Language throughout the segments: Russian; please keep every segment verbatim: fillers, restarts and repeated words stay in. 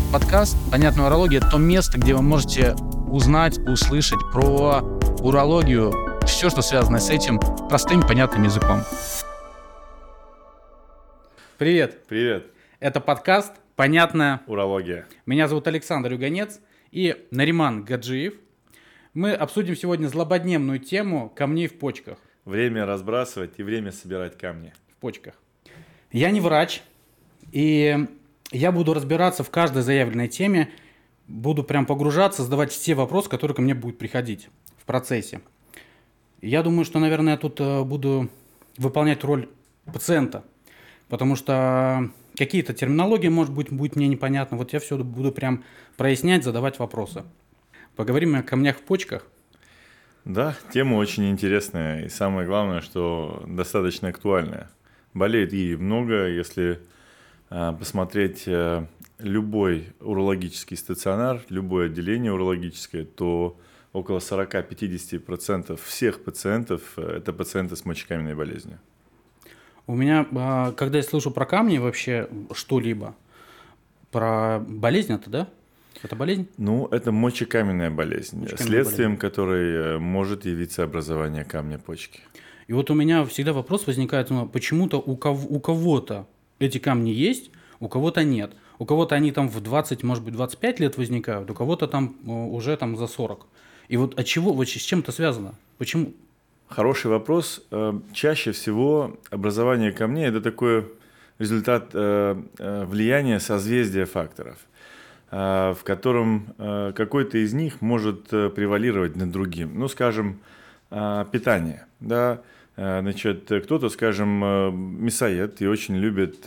подкаст «Понятная урология» — это то место, где вы можете узнать, услышать про урологию, все, что связано с этим, простым, понятным языком. Привет. Привет. Это подкаст «Понятная урология». Меня зовут Александр Юганец и Нариман Гаджиев. Мы обсудим сегодня злободневную тему камней в почках. Время разбрасывать и время собирать камни. В почках. Я не врач, и я буду разбираться в каждой заявленной теме, буду прям погружаться, задавать все вопросы, которые ко мне будут приходить в процессе. Я думаю, что, наверное, я тут буду выполнять роль пациента, потому что какие-то терминологии, может быть, будет мне непонятно. Вот я все буду прям прояснять, задавать вопросы. Поговорим о камнях в почках. Да, тема очень интересная, и самое главное, что достаточно актуальная. Болеет ей много, если а, посмотреть а, любой урологический стационар, любое отделение урологическое, то около сорок-пятьдесят процентов всех пациентов – это пациенты с мочекаменной болезнью. У меня, когда я слышу про камни вообще что-либо, про болезнь это, да? Это болезнь? Ну, это мочекаменная болезнь, мочекаменная следствием болезнь. которой может явиться образование камня почки. И вот у меня всегда вопрос возникает, ну, почему-то у, кого, у кого-то эти камни есть, у кого-то нет. У кого-то они там в двадцать, может быть, двадцать пять лет возникают, у кого-то там уже там за сорок. И вот от чего, вот с чем это связано? Почему? Хороший вопрос. Чаще всего образование камней – это такой результат влияния созвездия факторов, в котором какой-то из них может превалировать над другим. Ну, скажем, питание. Да? Значит, кто-то, скажем, мясоед и очень любит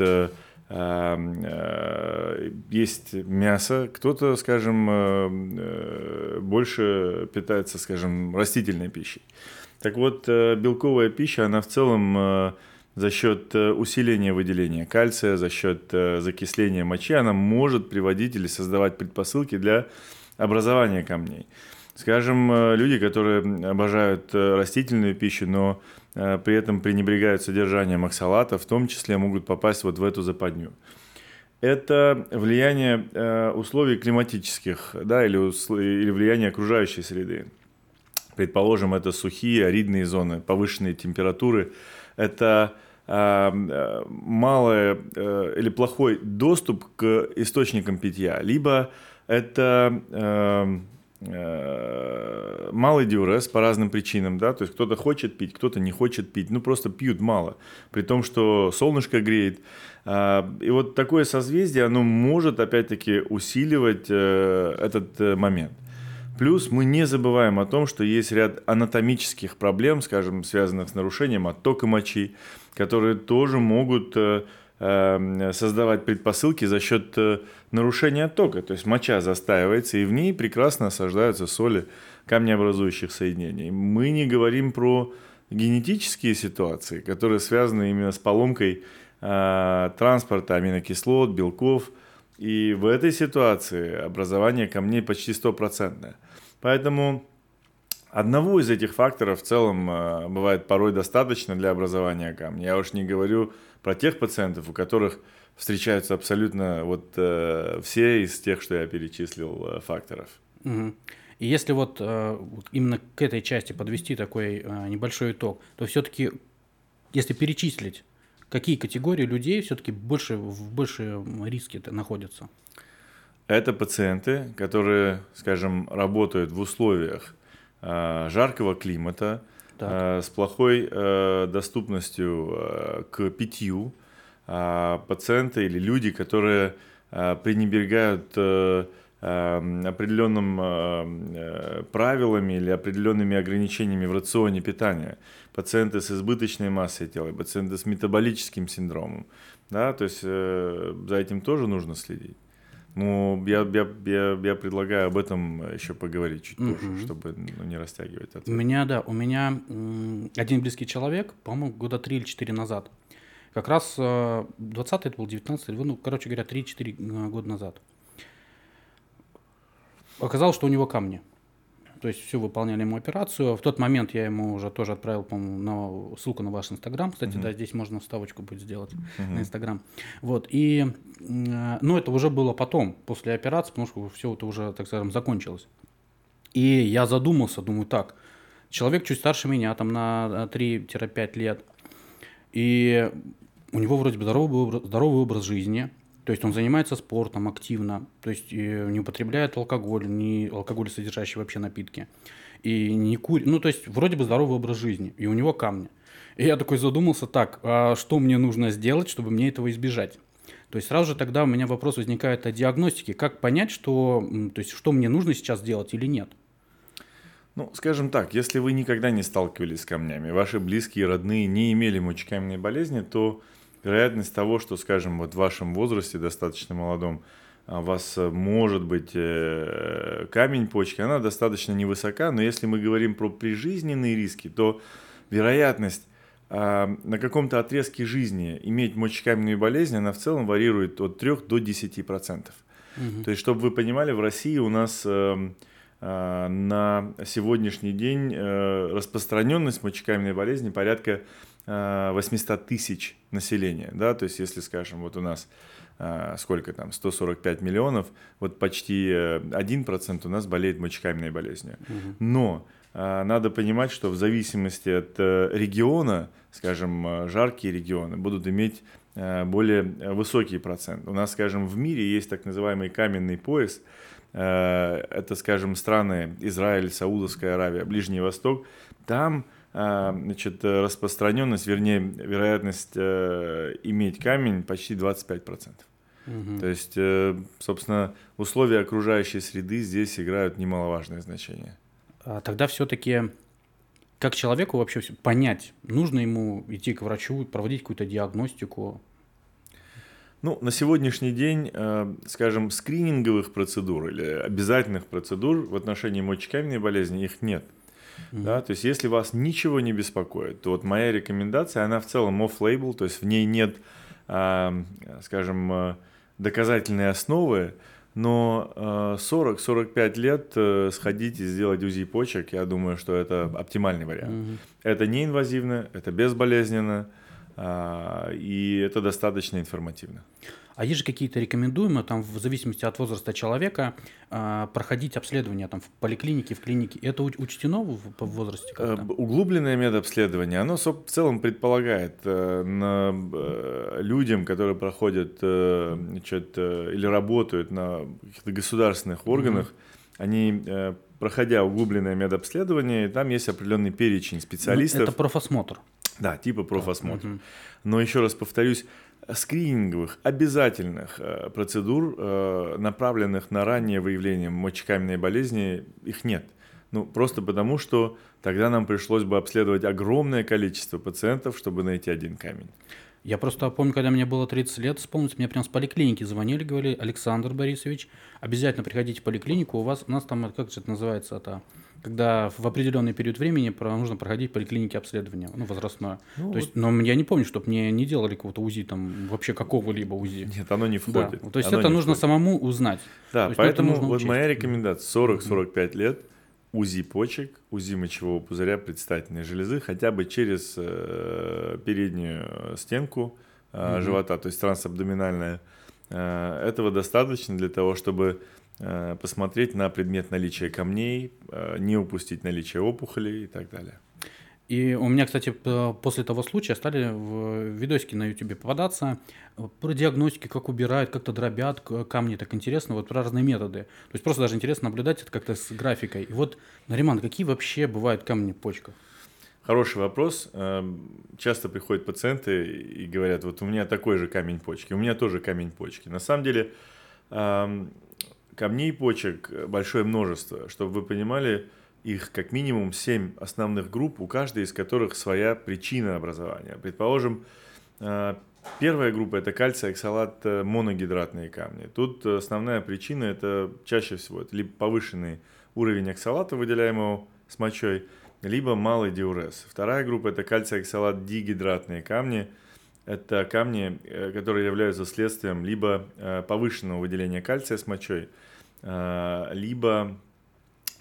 есть мясо, кто-то, скажем, больше питается, скажем, растительной пищей. Так вот, белковая пища, она в целом за счет усиления выделения кальция, за счет закисления мочи, она может приводить или создавать предпосылки для образования камней. Скажем, люди, которые обожают растительную пищу, но при этом пренебрегают содержанием оксалата, в том числе могут попасть вот в эту западню. Это влияние условий климатических, да, или, или влияние окружающей среды. Предположим, это сухие, аридные зоны, повышенные температуры. Это э, малый э, или плохой доступ к источникам питья. Либо это э, э, малый диурез по разным причинам. Да? То есть кто-то хочет пить, кто-то не хочет пить. Ну, просто пьют мало. При том, что солнышко греет. Э, и вот такое созвездие, оно может, опять-таки, усиливать э, этот э, момент. Плюс мы не забываем о том, что есть ряд анатомических проблем, скажем, связанных с нарушением оттока мочи, которые тоже могут э, э, создавать предпосылки за счет э, нарушения оттока. То есть моча застаивается, и в ней прекрасно осаждаются соли камнеобразующих соединений. Мы не говорим про генетические ситуации, которые связаны именно с поломкой э, транспорта аминокислот, белков. И в этой ситуации образование камней почти стопроцентное. Поэтому одного из этих факторов в целом бывает порой достаточно для образования камней. Я уж не говорю про тех пациентов, у которых встречаются абсолютно вот, э, все из тех, что я перечислил, э, факторов. Угу. И если вот, э, вот именно к этой части подвести такой э, небольшой итог, то все-таки, если перечислить, какие категории людей все-таки больше, в большем риске находятся? Это пациенты, которые, скажем, работают в условиях э, жаркого климата, э, с плохой э, доступностью э, к питью, э, пациенты или люди, которые э, пренебрегают э, э, определенным э, правилами или определенными ограничениями в рационе питания, пациенты с избыточной массой тела, пациенты с метаболическим синдромом. Да, то есть э, за этим тоже нужно следить. Ну, я, я, я, я предлагаю об этом еще поговорить чуть позже, mm-hmm. чтобы ну, не растягивать ответ. У меня, да, у меня м, один близкий человек, по-моему, года три или четыре назад, как раз э, двадцатый, это был девятнадцатый, ну, короче говоря, три-четыре года назад, оказалось, что у него камни. То есть все выполняли ему операцию. В тот момент я ему уже тоже отправил, по-моему, на, ссылку на ваш Инстаграм. Кстати, uh-huh. да, здесь можно вставочку будет сделать uh-huh. на Инстаграм. Вот, и, ну, это уже было потом, после операции, потому что все это уже, так скажем, закончилось. И я задумался, думаю, так, человек чуть старше меня, там на три-пять лет, и у него вроде бы здоровый, здоровый образ жизни, то есть он занимается спортом активно, то есть не употребляет алкоголь, не алкоголь содержащие вообще напитки, и не курит, ну то есть вроде бы здоровый образ жизни, и у него камни. И я такой задумался, так, а что мне нужно сделать, чтобы мне этого избежать? То есть сразу же тогда у меня вопрос возникает о диагностике, как понять, что, то есть, что мне нужно сейчас делать или нет? Ну, скажем так, если вы никогда не сталкивались с камнями, ваши близкие, родные не имели мочекаменной болезни, то вероятность того, что, скажем, вот в вашем возрасте, достаточно молодом, у вас может быть камень почки, она достаточно невысока, но если мы говорим про прижизненные риски, то вероятность на каком-то отрезке жизни иметь мочекаменную болезнь, она в целом варьирует от трёх до десяти процентов. Угу. То есть, чтобы вы понимали, в России у нас на сегодняшний день распространенность мочекаменной болезни порядка восемьсот тысяч населения. Да? То есть, если, скажем, вот у нас сколько там, сто сорок пять миллионов, вот почти один процент у нас болеет мочекаменной болезнью. Угу. Но надо понимать, что в зависимости от региона, скажем, жаркие регионы будут иметь более высокий процент. У нас, скажем, в мире есть так называемый каменный пояс. Это, скажем, страны Израиль, Саудовская Аравия, Ближний Восток. Там, значит, распространенность, вернее, вероятность иметь камень почти двадцать пять процентов. Угу. То есть, собственно, условия окружающей среды здесь играют немаловажное значение. А тогда все-таки как человеку вообще понять, нужно ему идти к врачу, проводить какую-то диагностику? Ну, на сегодняшний день, скажем, скрининговых процедур или обязательных процедур в отношении мочекаменной болезни их нет. Mm-hmm. Да? То есть, если вас ничего не беспокоит, то вот моя рекомендация, она в целом off-label, то есть в ней нет, скажем, доказательной основы, но сорок-сорок пять лет сходить и сделать УЗИ почек, я думаю, что это оптимальный вариант. Mm-hmm. Это неинвазивно, это безболезненно. И это достаточно информативно. А есть же какие-то рекомендуемые, там, в зависимости от возраста человека, проходить обследование там, в поликлинике, в клинике? Это учтено в возрасте как-то? Углубленное медобследование, оно в целом предполагает на людям, которые проходят значит, или работают на каких-то государственных органах, mm-hmm. они, проходя углубленное медобследование, там есть определенный перечень специалистов. Это профосмотр. Да, типа профосмотр. Угу. Но еще раз повторюсь, скрининговых, обязательных э, процедур, э, направленных на раннее выявление мочекаменной болезни, их нет. Ну, просто потому, что тогда нам пришлось бы обследовать огромное количество пациентов, чтобы найти один камень. Я просто помню, когда мне было тридцать лет, вспомнить, мне прям с поликлиники звонили, говорили: Александр Борисович, обязательно приходите в поликлинику, у вас, у нас там, как же это называется, это, когда в определенный период времени нужно проходить в поликлинике обследование, ну, возрастное. Ну, То есть, но я не помню, чтобы мне не делали какого-то УЗИ, там, вообще какого-либо УЗИ. Нет, оно не входит. Да. То есть оно это нужно входит. Самому узнать. Да, есть, поэтому вот учесть. Моя рекомендация: сорок-сорок пять лет, УЗИ почек, УЗИ мочевого пузыря, предстательной железы, хотя бы через э, переднюю стенку э, mm-hmm. живота, то есть трансабдоминальная. Э, этого достаточно для того, чтобы э, посмотреть на предмет наличия камней, э, не упустить наличие опухолей и так далее. И у меня, кстати, после того случая стали в видосики на ютубе попадаться про диагностики, как убирают, как-то дробят камни, так интересно, вот про разные методы. То есть просто даже интересно наблюдать это как-то с графикой. И вот, Нариман, какие вообще бывают камни в почках? Хороший вопрос. Часто приходят пациенты и говорят: вот у меня такой же камень почки, у меня тоже камень почки. На самом деле камней почек большое множество. Чтобы вы понимали, их как минимум семь основных групп, у каждой из которых своя причина образования. Предположим, первая группа – это кальций-оксалат моногидратные камни. Тут основная причина – это чаще всего это либо повышенный уровень оксалата, выделяемого с мочой, либо малый диурез. Вторая группа – это кальций-оксалат дигидратные камни. Это камни, которые являются следствием либо повышенного выделения кальция с мочой, либо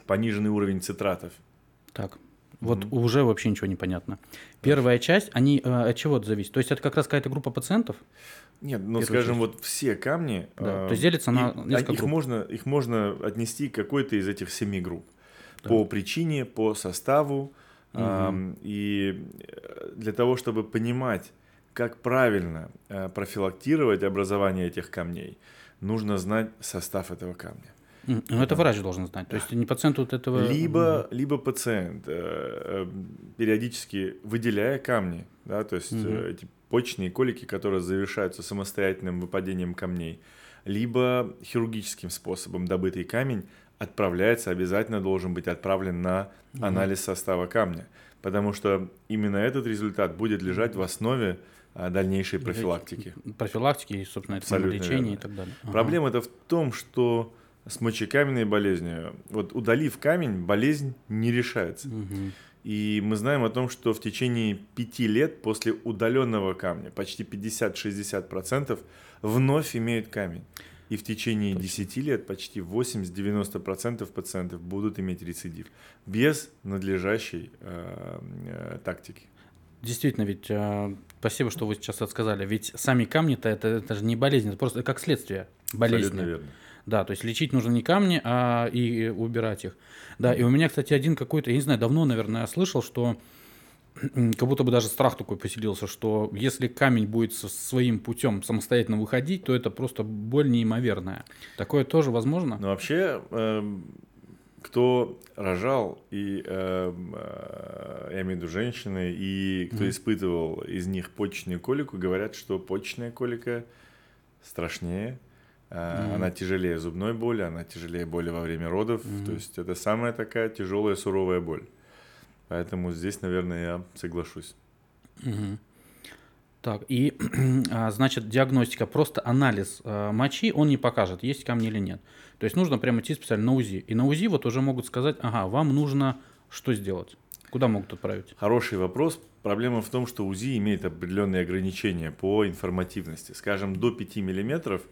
пониженный уровень цитратов. Так, вот mm-hmm. уже вообще ничего не понятно. Первая да. часть, они э, от чего зависит? То есть это как раз какая-то группа пациентов? Нет, ну, скажем, часть. Вот все камни... Да. Э, То есть делятся на несколько их групп? Можно, их можно отнести к какой-то из этих семи групп. Да. По причине, по составу. Угу. Э, и для того, чтобы понимать, как правильно э, профилактировать образование этих камней, нужно знать состав этого камня. Ну, это, это врач должен знать. То есть не пациент вот этого... Либо, угу. либо пациент, э, периодически выделяя камни, да, то есть угу. э, эти почечные колики, которые завершаются самостоятельным выпадением камней, либо хирургическим способом добытый камень отправляется, обязательно должен быть отправлен на анализ состава камня, потому что именно этот результат будет лежать в основе а, дальнейшей профилактики. Профилактики и, собственно, это лечения и так далее. Ага. Проблема-то в том, что с мочекаменной болезнью, вот удалив камень, болезнь не решается. Угу. И мы знаем о том, что в течение пяти лет после удаленного камня почти пятьдесят-шестьдесят процентов вновь имеют камень. И в течение десяти лет почти восемьдесят-девяносто процентов пациентов будут иметь рецидив без надлежащей э, э, тактики. Действительно, ведь э, спасибо, что вы сейчас рассказали. Ведь сами камни-то это, это же не болезнь, это просто как следствие болезни. Абсолютно верно. Да, то есть лечить нужно не камни, а и убирать их. Да, и у меня, кстати, один какой-то, я не знаю, давно, наверное, я слышал, что как будто бы даже страх такой поселился, что если камень будет со своим путем самостоятельно выходить, то это просто боль неимоверная. Такое тоже возможно? Ну, вообще, э, кто рожал, и, э, э, я имею в виду женщины, и кто mm-hmm. испытывал из них почечную колику, говорят, что почечная колика страшнее. Mm-hmm. Она тяжелее зубной боли, она тяжелее боли во время родов. Mm-hmm. То есть это самая такая тяжелая, суровая боль. Поэтому здесь, наверное, я соглашусь. Mm-hmm. Так, и значит, диагностика, просто анализ мочи, он не покажет, есть камни или нет. То есть нужно прямо идти специально на УЗИ. И на УЗИ вот уже могут сказать, ага, вам нужно что сделать? Куда могут отправить? Хороший вопрос. Проблема в том, что УЗИ имеет определенные ограничения по информативности. Скажем, до пяти миллиметров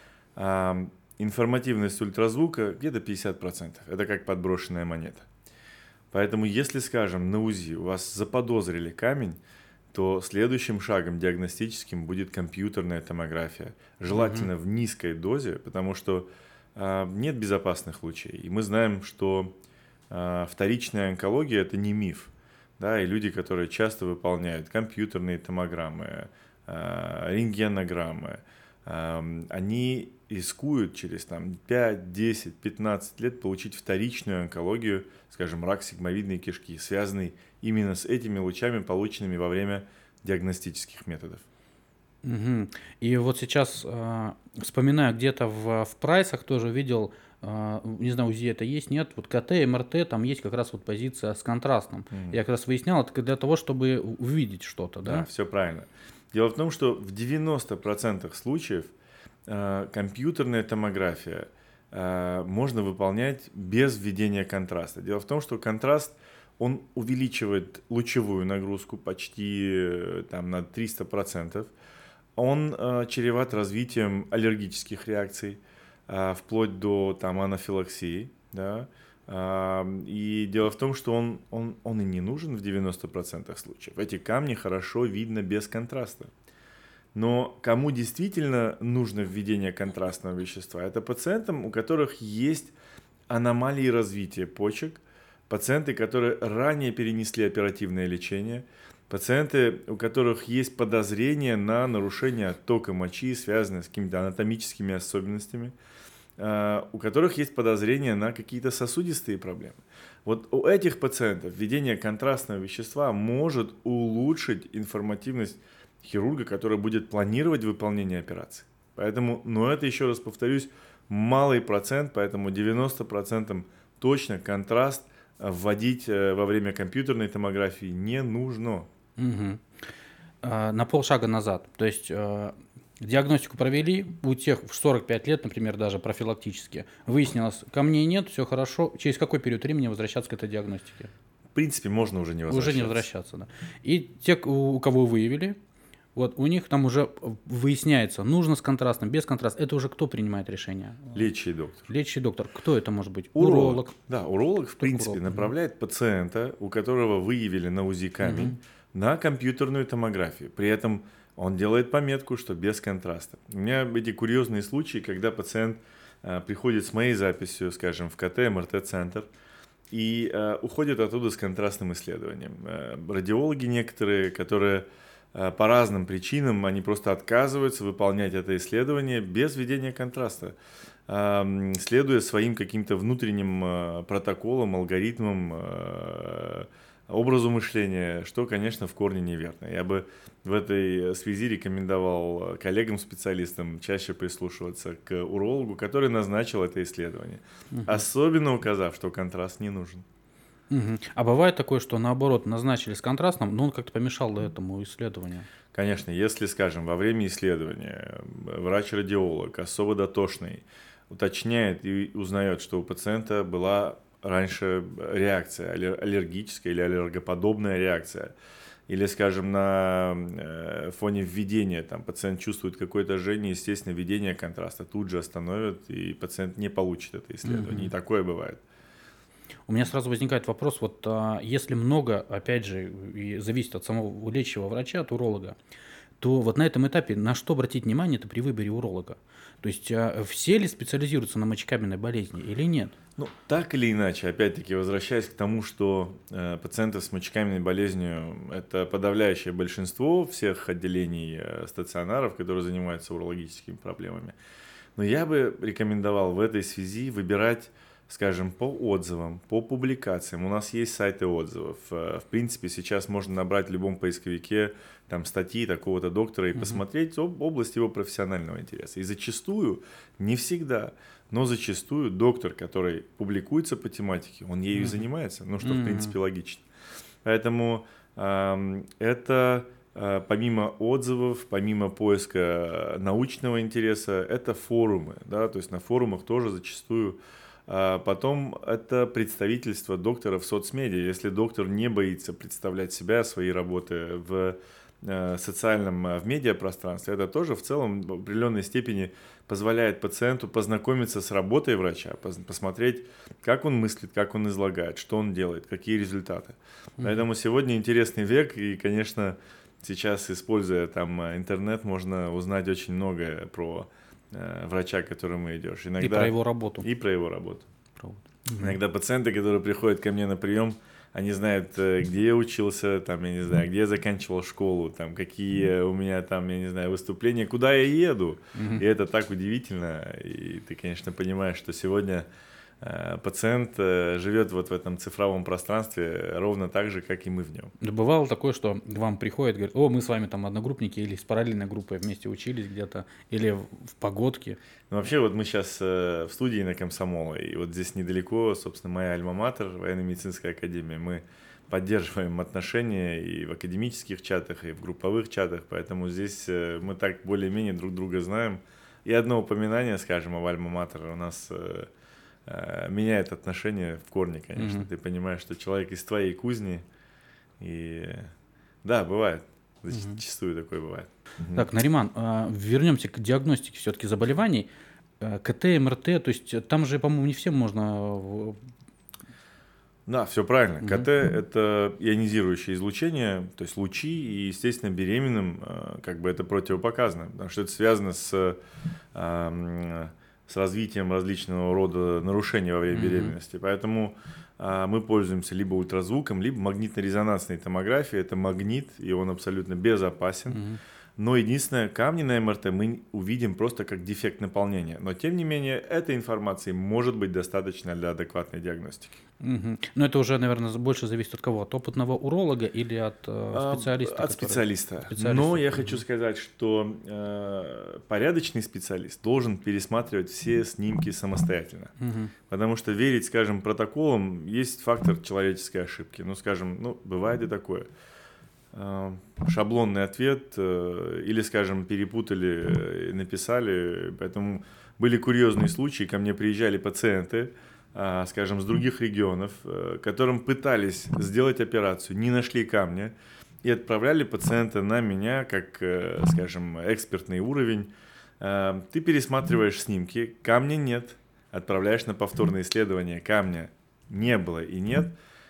а, информативность ультразвука где-то пятьдесят процентов. Это как подброшенная монета. Поэтому, если, скажем, на УЗИ у вас заподозрили камень, то следующим шагом диагностическим будет компьютерная томография. Желательно mm-hmm. в низкой дозе, потому что а, нет безопасных лучей. И мы знаем, что а, вторичная онкология – это не миф. Да, и люди, которые часто выполняют компьютерные томограммы, а, рентгенограммы, а, они рискуют через там, пять, десять, пятнадцать лет получить вторичную онкологию, скажем, рак сигмовидной кишки, связанный именно с этими лучами, полученными во время диагностических методов. Угу. И вот сейчас, э, вспоминаю, где-то в, в прайсах тоже видел, э, не знаю, УЗИ это есть, нет, вот КТ, МРТ, там есть как раз вот позиция с контрастом. Угу. Я как раз выяснял, это для того, чтобы увидеть что-то, да? Да, все правильно. Дело в том, что в девяноста процентах случаев э, компьютерная томография э, можно выполнять без введения контраста. Дело в том, что контраст он увеличивает лучевую нагрузку почти там, на триста процентов. Он э, чреват развитием аллергических реакций, э, вплоть до там, анафилаксии. Да? Э, и дело в том, что он, он, он и не нужен в девяноста процентах случаев. Эти камни хорошо видно без контраста. Но кому действительно нужно введение контрастного вещества? Это пациентам, у которых есть аномалии развития почек, пациенты, которые ранее перенесли оперативное лечение, пациенты, у которых есть подозрение на нарушение оттока мочи, связанное с какими-то анатомическими особенностями, у которых есть подозрение на какие-то сосудистые проблемы. Вот у этих пациентов введение контрастного вещества может улучшить информативность хирурга, который будет планировать выполнение операции. Поэтому, но это, еще раз повторюсь, малый процент, поэтому девяносто процентов точно контраст вводить во время компьютерной томографии не нужно. Угу. А, на полшага назад. То есть э, диагностику провели, у тех в сорок пять лет, например, даже профилактически, выяснилось, камней нет, все хорошо. Через какой период времени возвращаться к этой диагностике? В принципе, можно уже не возвращаться. Уже не возвращаться, да. И те, у кого выявили, Вот у них там уже выясняется, нужно с контрастом, без контраста. Это уже кто принимает решение? Лечащий доктор. Лечащий доктор. Кто это может быть? Уролог. Уролог. Да, уролог, в Только принципе, уролог. направляет пациента, у которого выявили на УЗИ камень, угу. на компьютерную томографию. При этом он делает пометку, что без контраста. У меня эти курьезные случаи, когда пациент а, приходит с моей записью, скажем, в КТ, МРТ-центр, и а, уходит оттуда с контрастным исследованием. А, радиологи некоторые, которые а, по разным причинам, они просто отказываются выполнять это исследование без введения контраста, а, следуя своим каким-то внутренним а, протоколам, алгоритмам, а, образу мышления, что, конечно, в корне неверно. Я бы в этой связи рекомендовал коллегам-специалистам чаще прислушиваться к урологу, который назначил это исследование, угу. особенно указав, что контраст не нужен. Угу. А бывает такое, что наоборот назначили с контрастом, но он как-то помешал этому исследованию? Конечно, если, скажем, во время исследования врач-радиолог особо дотошный уточняет и узнает, что у пациента была раньше реакция, аллергическая или аллергоподобная реакция. Или, скажем, на фоне введения там, пациент чувствует какое-то жжение, естественно, введение контраста тут же остановит, и пациент не получит это исследование. Mm-hmm. И такое бывает. У меня сразу возникает вопрос, вот а, если много, опять же, и зависит от самого лечащего врача, от уролога, то вот на этом этапе на что обратить внимание-то при выборе уролога? То есть а, все ли специализируются на мочекаменной болезни или нет? Ну, так или иначе, опять-таки, возвращаясь к тому, что э, пациентов с мочекаменной болезнью – это подавляющее большинство всех отделений э, стационаров, которые занимаются урологическими проблемами. Но я бы рекомендовал в этой связи выбирать, скажем, по отзывам, по публикациям. У нас есть сайты отзывов. В принципе, сейчас можно набрать в любом поисковике там, статьи такого-то доктора и uh-huh. посмотреть об, область его профессионального интереса. И зачастую, не всегда, но зачастую доктор, который публикуется по тематике, он ею uh-huh. занимается, ну что uh-huh. в принципе логично. Поэтому э, это э, помимо отзывов, помимо поиска научного интереса, это форумы. Да? То есть на форумах тоже зачастую. Потом это представительство доктора в соцмедиа. Если доктор не боится представлять себя, свои работы в социальном, в медиапространстве, это тоже в целом в определенной степени позволяет пациенту познакомиться с работой врача, посмотреть, как он мыслит, как он излагает, что он делает, какие результаты. Mm-hmm. Поэтому сегодня интересный век, и, конечно, сейчас, используя там интернет, можно узнать очень многое про врача, к которому идешь. Иногда... И про его работу. И про его работу. Про... Иногда пациенты, которые приходят ко мне на прием, они знают, где я учился, там, я не знаю, где я заканчивал школу, там, какие у меня там, я не знаю, выступления, куда я еду. Mm-hmm. И это так удивительно. И ты, конечно, понимаешь, что сегодня э, пациент э, живет вот в этом цифровом пространстве ровно так же, как и мы в нем. Да бывало такое, что к вам приходят, говорят, о, мы с вами там одногруппники или с параллельной группой вместе учились где-то, или в погодке. Ну, вообще, вот мы сейчас э, в студии на Комсомоле, и вот здесь недалеко, собственно, моя альма-матер, военно-медицинская академия. Мы поддерживаем отношения и в академических чатах, и в групповых чатах, поэтому здесь э, мы так более-менее друг друга знаем. И одно упоминание, скажем, об альма-матер у нас э, э, меняет отношения в корне, конечно. Mm-hmm. Ты понимаешь, что человек из твоей кузни, и да, бывает. Зачастую mm-hmm. такое бывает. Так, Нариман, вернемся к диагностике все-таки заболеваний. КТ, МРТ, то есть там же, по-моему, не всем можно... Да, все правильно. Mm-hmm. КТ – это ионизирующее излучение, то есть лучи, и, естественно, беременным как бы это противопоказано, потому что это связано с, с развитием различного рода нарушений во время mm-hmm. беременности. Поэтому мы пользуемся либо ультразвуком, либо магнитно-резонансной томографией. Это магнит, и он абсолютно безопасен. Mm-hmm. Но единственное, камни на МРТ мы увидим просто как дефект наполнения. Но, тем не менее, этой информации может быть достаточно для адекватной диагностики. Угу. Но это уже, наверное, больше зависит от кого? От опытного уролога или от э, специалиста? От который... специалиста. специалиста. Но я угу. хочу сказать, что э, порядочный специалист должен пересматривать все снимки самостоятельно. Угу. Потому что верить, скажем, протоколам есть фактор человеческой ошибки. Ну, скажем, ну, бывает и такое. Шаблонный ответ или, скажем, перепутали, написали. Поэтому были курьезные случаи, ко мне приезжали пациенты, скажем, с других регионов, которым пытались сделать операцию, не нашли камня, и отправляли пациента на меня, как, скажем, экспертный уровень. Ты пересматриваешь снимки, камня нет, отправляешь на повторное исследование, камня не было и нет.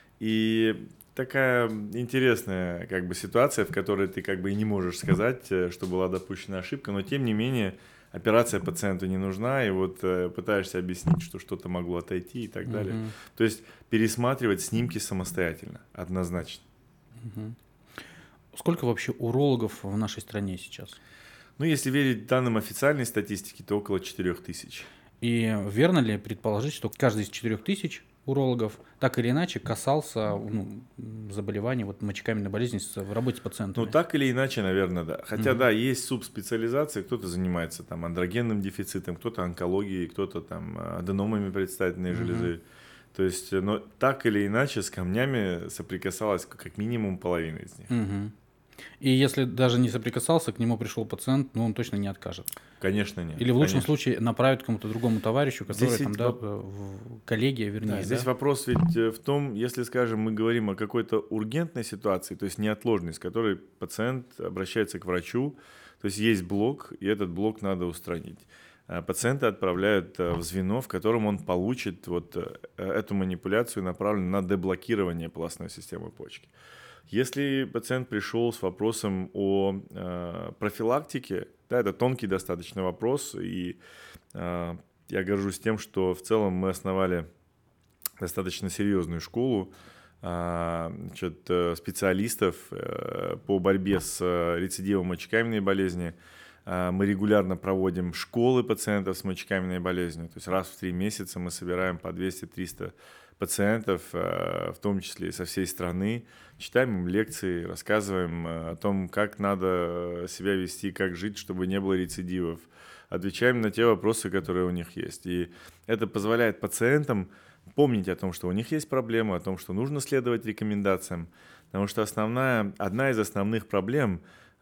И такая интересная как бы ситуация, в которой ты как бы и не можешь сказать, что была допущена ошибка, но тем не менее операция пациенту не нужна, и вот э, пытаешься объяснить, что что-то могло отойти и так далее. Uh-huh. То есть пересматривать снимки самостоятельно, однозначно. Uh-huh. Сколько вообще урологов в нашей стране сейчас? Ну, если верить данным официальной статистики, то около четырех тысяч. И верно ли предположить, что каждый из четырех тысяч урологов так или иначе касался ну, заболеваний, вот мочекаменной болезни в работе с пациентами? Ну, так или иначе, наверное, да. Хотя, угу. да, есть субспециализации, кто-то занимается там андрогенным дефицитом, кто-то онкологией, кто-то там аденомами предстательной угу. железы. То есть, но так или иначе с камнями соприкасалась как минимум половина из них. Угу. И если даже не соприкасался, к нему пришел пациент, ну он точно не откажет. Конечно нет. Или в лучшем конечно. случае направит к кому-то другому товарищу, который здесь там, ведь... да, в коллегия, вернее. Да, здесь да? вопрос ведь в том, если, скажем, мы говорим о какой-то ургентной ситуации, то есть неотложной, с которой пациент обращается к врачу, то есть есть блок, и этот блок надо устранить. Пациента отправляют в звено, в котором он получит вот эту манипуляцию, направленную на деблокирование полостной системы почки. Если пациент пришел с вопросом о э, профилактике, да, это тонкий достаточно вопрос, и э, я горжусь тем, что в целом мы основали достаточно серьезную школу э, значит, специалистов э, по борьбе с рецидивом мочекаменной болезни. Э, мы регулярно проводим школы пациентов с мочекаменной болезнью, то есть раз в три месяца мы собираем по двести-триста пациентов, в том числе и со всей страны, читаем им лекции, рассказываем о том, как надо себя вести, как жить, чтобы не было рецидивов, отвечаем на те вопросы, которые у них есть. И это позволяет пациентам помнить о том, что у них есть проблемы, о том, что нужно следовать рекомендациям, потому что основная, одна из основных проблем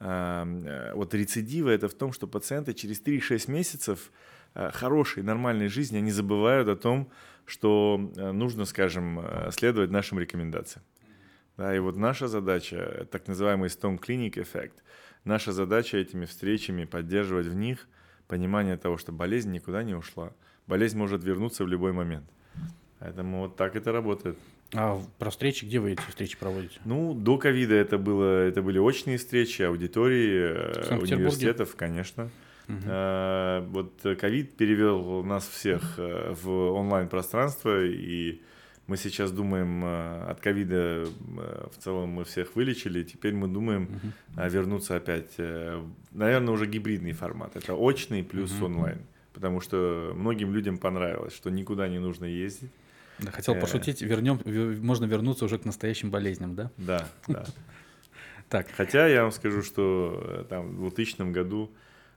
вот рецидива – это в том, что пациенты через три-шесть месяцев хорошей, нормальной жизни, они забывают о том, что нужно, скажем, следовать нашим рекомендациям. Да, и вот наша задача, так называемый Stone Clinic эффект, наша задача этими встречами поддерживать в них понимание того, что болезнь никуда не ушла. Болезнь может вернуться в любой момент. Поэтому вот так это работает. А про встречи, где вы эти встречи проводите? Ну, до ковида это, было, это были очные встречи, аудитории, университетов, конечно. Угу. А, вот ковид перевел нас всех в онлайн-пространство, и мы сейчас думаем, от ковида в целом мы всех вылечили, теперь мы думаем угу. вернуться опять, наверное, уже гибридный формат, это очный плюс угу. онлайн, потому что многим людям понравилось, что никуда не нужно ездить. Да, хотел пошутить, вернем, можно вернуться уже к настоящим болезням, да? Да, да. Так. Хотя я вам скажу, что там, в двухтысячном году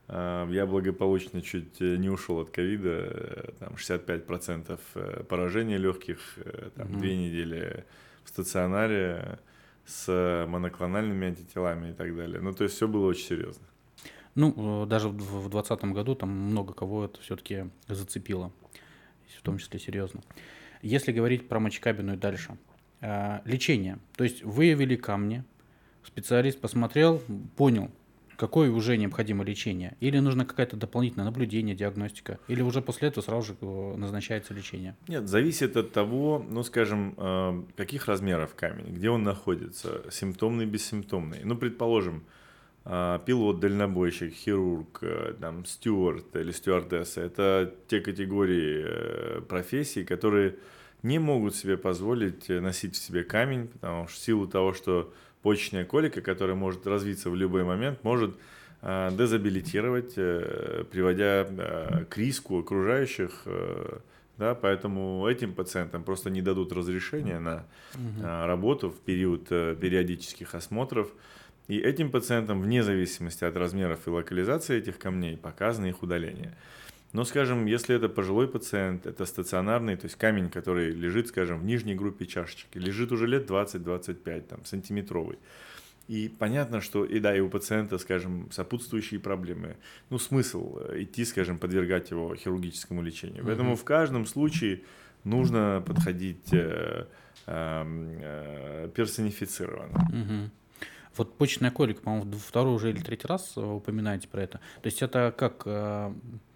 я благополучно чуть не ушел от ковида, там шестьдесят пять процентов поражения легких, там, угу. две недели в стационаре с моноклональными антителами и так далее. Ну, то есть все было очень серьезно. Ну, даже в двадцатом году там много кого это все-таки зацепило, в том числе серьезно. Если говорить про мочекаменную дальше, лечение, то есть выявили камни, специалист посмотрел, понял, какое уже необходимо лечение? Или нужно какое-то дополнительное наблюдение, диагностика? Или уже после этого сразу же назначается лечение? Нет, зависит от того, ну, скажем, каких размеров камень, где он находится, симптомный, бессимптомный. Ну, предположим, пилот, дальнобойщик, хирург, там, стюард или стюардесса – это те категории профессий, которые не могут себе позволить носить в себе камень, потому что в силу того, что почечная колика, которая может развиться в любой момент, может э, дезабилитировать, э, приводя э, к риску окружающих. Э, да, поэтому этим пациентам просто не дадут разрешения на э, работу в период э, периодических осмотров. И этим пациентам, вне зависимости от размеров и локализации этих камней, показано их удаление. Но, скажем, если это пожилой пациент, это стационарный, то есть камень, который лежит, скажем, в нижней группе чашечки, лежит уже лет двадцать-двадцать пять, там, сантиметровый. И понятно, что и да, и у пациента, скажем, сопутствующие проблемы. Ну, смысл идти, скажем, подвергать его хирургическому лечению. Mm-hmm. Поэтому в каждом случае нужно подходить э, э, э, персонифицированно. Mm-hmm. Вот почечная колика, по-моему, д- второй уже или третий раз э, упоминаете про это. То есть это как э,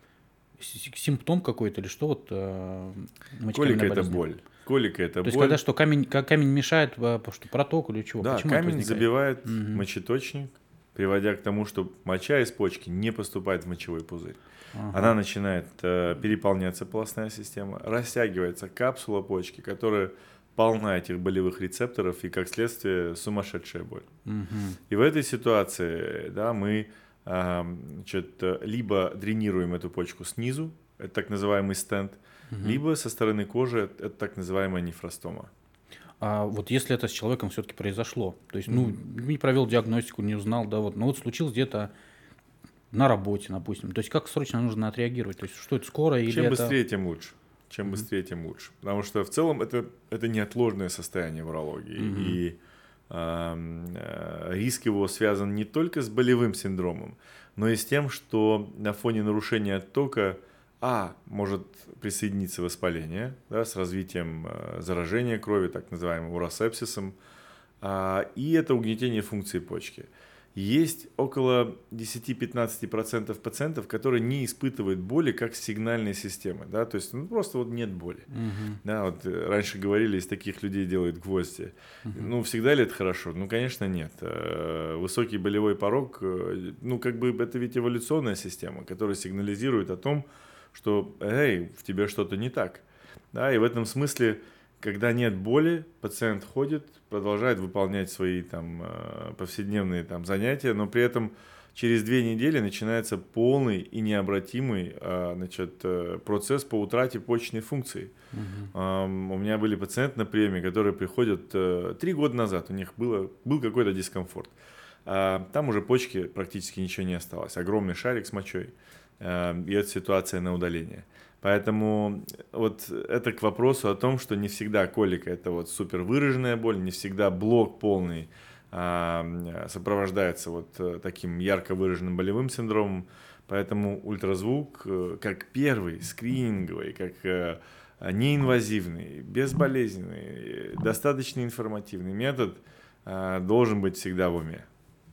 с- симптом какой-то или что вот э, Колика мочекаменная это болезнь? боль. Колика это То есть боль. когда что, камень, ка- камень мешает, э, по- что проток или чего? Да, Почему это камень возникает? забивает Мгм. мочеточник, приводя к тому, что моча из почки не поступает в мочевой пузырь. Ага. Она начинает э, переполняться, полостная система, растягивается капсула почки, которая полна этих болевых рецепторов и, как следствие, сумасшедшая боль. Мгм. И в этой ситуации, да, мы а, значит, либо дренируем эту почку снизу, это так называемый стенд, Мгм. либо со стороны кожи, это так называемая нефростома. А вот если это с человеком все-таки произошло, то есть, ну, не провел диагностику, не узнал, да, вот, ну вот случилось где-то на работе, допустим. То есть как срочно нужно отреагировать? То есть что это, скоро или Чем это... быстрее, тем лучше. Чем Мгм. быстрее, тем лучше. Потому что в целом это, это неотложное состояние в урологии. Мгм. И ам, э, риск его связан не только с болевым синдромом, но и с тем, что на фоне нарушения оттока А может присоединиться воспаление, да, с развитием э, заражения крови, так называемым уросепсисом, а, и это угнетение функции почки. Есть около десять-пятнадцать процентов пациентов, которые не испытывают боли как сигнальной системы, да, то есть ну, просто вот нет боли. Мгм. Да, вот э, раньше говорили, из таких людей делают гвозди. Мгм. Ну, всегда ли это хорошо? Ну, конечно, нет. Э, Высокий болевой порог, э, ну, как бы это ведь эволюционная система, которая сигнализирует о том, что, эй, в тебе что-то не так. Да, и в этом смысле, когда нет боли, пациент ходит, продолжает выполнять свои там э, повседневные там занятия, но при этом через две недели начинается полный и необратимый э, значит, э, процесс по утрате почечной функции. Мгм. Ам, У меня были пациенты на приеме, которые приходят э, три года назад, у них было, был какой-то дискомфорт. А, Там уже почки практически ничего не осталось, огромный шарик с мочой, э, и это ситуация на удаление. Поэтому вот это к вопросу о том, что не всегда колика – это вот супер выраженная боль, не всегда блок полный а, сопровождается вот э, таким ярко выраженным болевым синдромом. Поэтому ультразвук э, как первый скрининговый, как э, неинвазивный, безболезненный, э, достаточно информативный метод а, должен быть всегда в уме.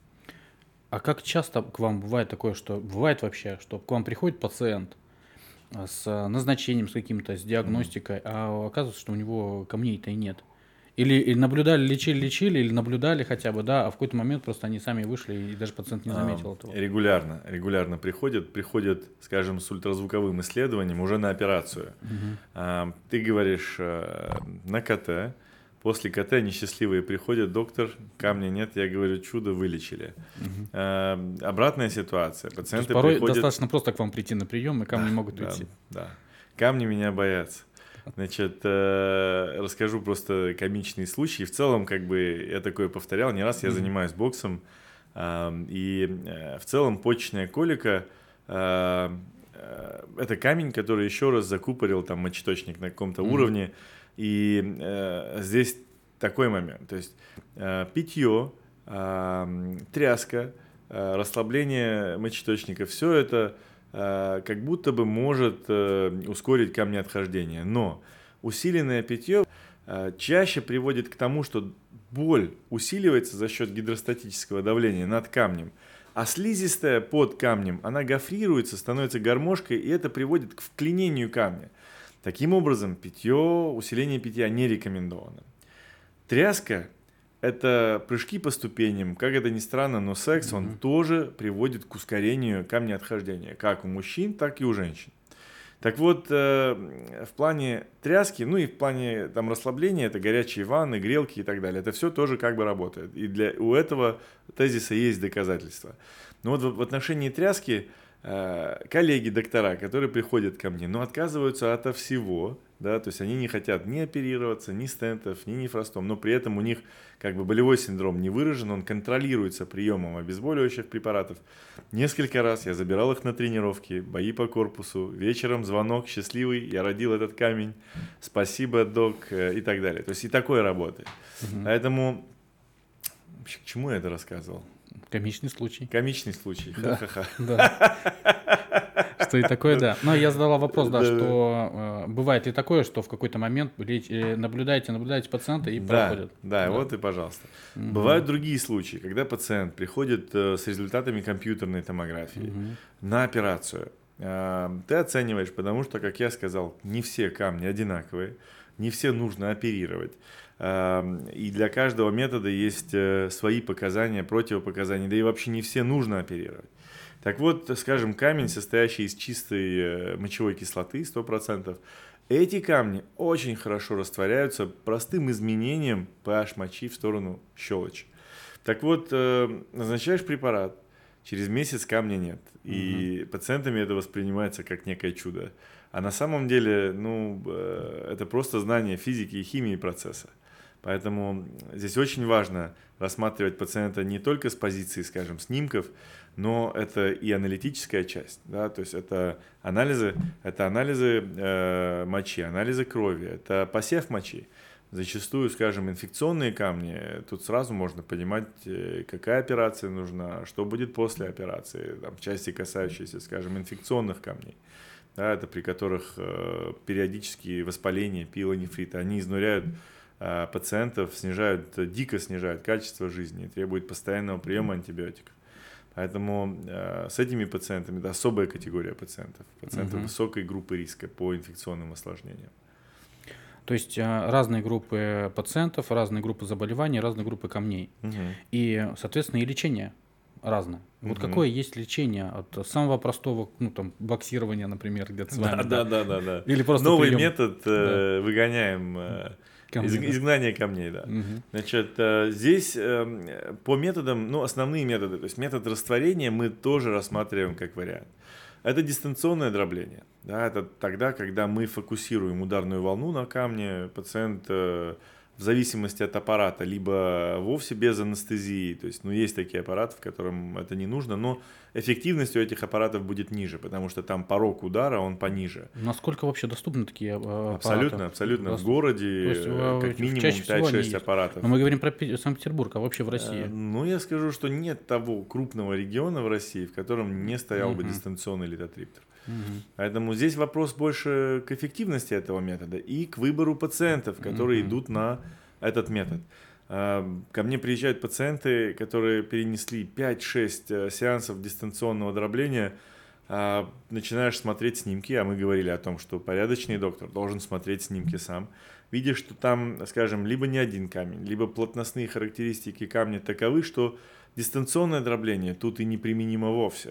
А как часто к вам бывает такое, что бывает вообще, что к вам приходит пациент а, с а, назначением, с каким-то, с диагностикой, а оказывается, что у него камней-то и нет? Или, или наблюдали, лечили, лечили, или наблюдали хотя бы, да, а в какой-то момент просто они сами вышли, и даже пациент не заметил А, этого. Регулярно, регулярно приходят, приходят, скажем, с ультразвуковым исследованием уже на операцию. Мгм. А, Ты говоришь э, на КТ, после КТ они счастливые приходят, доктор, камня нет, я говорю, чудо, вылечили. Мгм. А, Обратная ситуация, То есть пациенты порой приходят... достаточно просто к вам прийти на прием, и камни могут Да, уйти. да. Камни меня боятся. Значит, э, расскажу просто комичный случай. В целом, как бы, я такое повторял не раз, я Мгм. занимаюсь боксом, э, и э, в целом почечная колика э, э, это камень, который еще раз закупорил там мочеточник на каком-то Мгм. уровне, и э, здесь такой момент, то есть э, питье, э, тряска, э, расслабление мочеточника, все это э, как будто бы может э, ускорить камнеотхождение. Но усиленное питье э, чаще приводит к тому, что боль усиливается за счет гидростатического давления над камнем, а слизистая под камнем, она гофрируется, становится гармошкой, и это приводит к вклинению камня. Таким образом, питье, усиление питья не рекомендовано. Тряска – это прыжки по ступеням. Как это ни странно, но секс, он Мгм. тоже приводит к ускорению камнеотхождения, как у мужчин, так и у женщин. Так вот, э, в плане тряски, ну и в плане там, расслабления, это горячие ванны, грелки и так далее, это все тоже как бы работает. И для, у этого тезиса есть доказательства. Но вот в, в отношении тряски э, коллеги, доктора, которые приходят ко мне, но отказываются ото всего, да, то есть они не хотят ни оперироваться, ни стентов, ни нефростом, но при этом у них как бы болевой синдром не выражен, он контролируется приемом обезболивающих препаратов. Несколько раз я забирал их на тренировки, бои по корпусу, вечером звонок, счастливый, я родил этот камень, спасибо, док, э, и так далее. То есть и такое работает. Мгм. Поэтому, вообще, к чему я это рассказывал? Комичный случай. Комичный случай, Да. ха-ха-ха. Да. Что и такое, да. Но я задала вопрос, да, что э, бывает и такое, что в какой-то момент э, наблюдаете, наблюдаете пациента и Да, проходит. да, Да. вот и пожалуйста. Мгм. Бывают другие случаи, когда пациент приходит э, с результатами компьютерной томографии Мгм. на операцию. Э, Ты оцениваешь, потому что, как я сказал, не все камни одинаковые, не все нужно оперировать. Э, И для каждого метода есть э, свои показания, противопоказания, да и вообще не все нужно оперировать. Так вот, скажем, камень, состоящий из чистой э, мочевой кислоты, сто процентов, эти камни очень хорошо растворяются простым изменением pH мочи в сторону щелочи. Так вот, э, назначаешь препарат, через месяц камня нет. И пациентами это воспринимается как некое чудо. А на самом деле, ну, э, это просто знание физики и химии процесса. Поэтому здесь очень важно рассматривать пациента не только с позиции, скажем, снимков, но это и аналитическая часть, да, то есть это анализы, это анализы э, мочи, анализы крови, это посев мочи. Зачастую, скажем, инфекционные камни, тут сразу можно понимать, э, какая операция нужна, что будет после операции, там, части, касающиеся, скажем, инфекционных камней. Да, это при которых э, периодические воспаления, пилонефриты, они изнуряют э, пациентов, снижают, дико снижают качество жизни и требуют постоянного приема антибиотиков. Поэтому э, с этими пациентами, это особая категория пациентов, пациенты Мгм. высокой группы риска по инфекционным осложнениям. То есть э, разные группы пациентов, разные группы заболеваний, разные группы камней. Мгм. И, соответственно, и лечение разное. Вот Мгм. какое есть лечение от самого простого, ну, там, боксирования, например, где-то с вами, Да, да? да, да, да. Или просто Новый прием метод э, выгоняем э, камней, из- да? изгнание камней, да. Мгм. Значит, э, здесь э, по методам, ну, основные методы, то есть метод растворения мы тоже рассматриваем как вариант. Это дистанционное дробление. Да, это тогда, когда мы фокусируем ударную волну на камне, пациент э, в зависимости от аппарата, либо вовсе без анестезии, то есть, ну, есть такие аппараты, в котором это не нужно, но эффективность у этих аппаратов будет ниже, потому что там порог удара, он пониже. Насколько вообще доступны такие э, аппараты? Абсолютно, абсолютно. В Доступ- То городе есть, э, э, как в- минимум чаще всего они пять-шесть есть. аппаратов. Но мы говорим про Пи- Санкт-Петербург, а вообще в Э, России. Ну, я скажу, что нет того крупного региона в России, в котором не стоял бы Мгм. дистанционный литотриптор. Мгм. Поэтому здесь вопрос больше к эффективности этого метода и к выбору пациентов, которые Мгм. идут на этот метод. А, Ко мне приезжают пациенты, которые перенесли пять-шесть э, сеансов дистанционного дробления. А, Начинаешь смотреть снимки, а мы говорили о том, что порядочный доктор должен смотреть снимки сам. Видишь, что там, скажем, либо не один камень, либо плотностные характеристики камня таковы, что дистанционное дробление тут и неприменимо вовсе.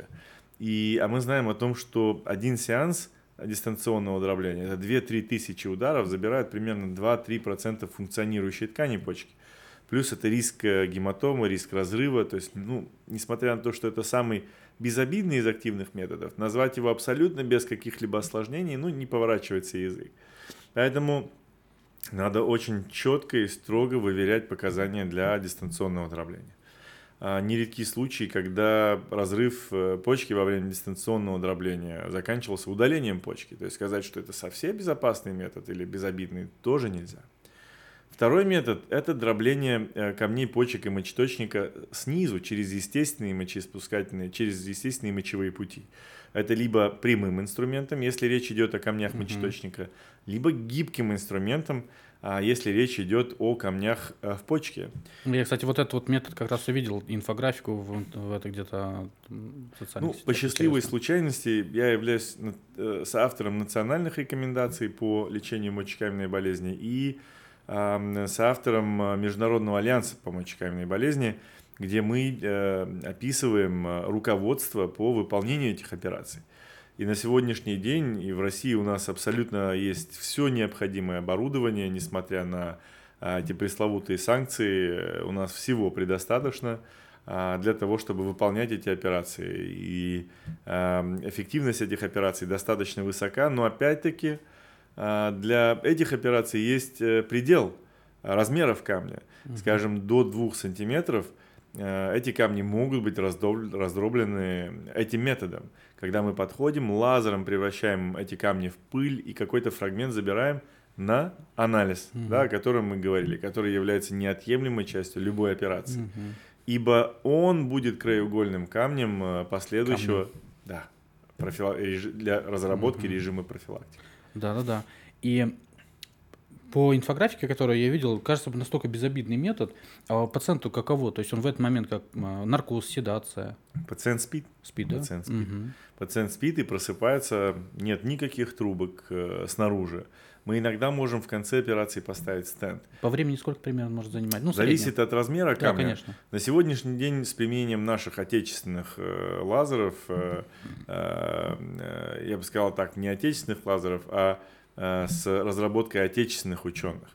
И, а мы знаем о том, что один сеанс дистанционного дробления, это две-три тысячи ударов, забирают примерно два-три процента функционирующей ткани почки. Плюс это риск э, гематомы, риск разрыва. То есть, ну, несмотря на то, что это самый безобидный из активных методов, назвать его абсолютно без каких-либо осложнений, ну, не поворачивается язык. Поэтому надо очень четко и строго выверять показания для дистанционного дробления. А, Нередки случаи, когда разрыв э, почки во время дистанционного дробления заканчивался удалением почки. То есть сказать, что это совсем безопасный метод или безобидный, тоже нельзя. Второй метод – это дробление э, камней почек и мочеточника снизу через естественные мочеиспускательные, через естественные мочевые пути. Это либо прямым инструментом, если речь идет о камнях Мгм. мочеточника, либо гибким инструментом, а, если речь идет о камнях э, в почке. Я, кстати, вот этот вот метод как раз увидел, инфографику в, в это где-то м, в социальных Ну, сетях. по счастливой Интересно. случайности я являюсь на- э, соавтором национальных рекомендаций по лечению мочекаменной болезни и э, соавтором э, Международного альянса по мочекаменной болезни, где мы э, описываем э, руководство по выполнению этих операций. И на сегодняшний день и в России у нас абсолютно есть все необходимое оборудование, несмотря на а, эти пресловутые санкции, э, у нас всего предостаточно а, для того, чтобы выполнять эти операции. И а, эффективность этих операций достаточно высока, но опять-таки а, для этих операций есть э, предел размеров камня. Мгм. Скажем, до двух сантиметров э, эти камни могут быть раздоб- раздроблены этим методом. Когда мы подходим, лазером превращаем эти камни в пыль и какой-то фрагмент забираем на анализ, Мгм. да, о котором мы говорили, который является неотъемлемой частью любой операции. Мгм. Ибо он будет краеугольным камнем э, последующего, да, профила... для разработки Мгм. режима профилактики. Да-да-да. И по инфографике, которую я видел, кажется, настолько безобидный метод. А пациенту каково? То есть он в этот момент как а, наркоз, седация, Пациент спит. спит, да? Пациент спит. Мгм. Пациент спит и просыпается, нет никаких трубок э, снаружи. Мы иногда можем в конце операции поставить стенд. По времени сколько примерно может занимать? Ну, в Зависит среднем. от размера Да, камня. конечно. На сегодняшний день с применением наших отечественных э, лазеров, э, э, я бы сказал так, не отечественных лазеров, а э, с разработкой отечественных ученых,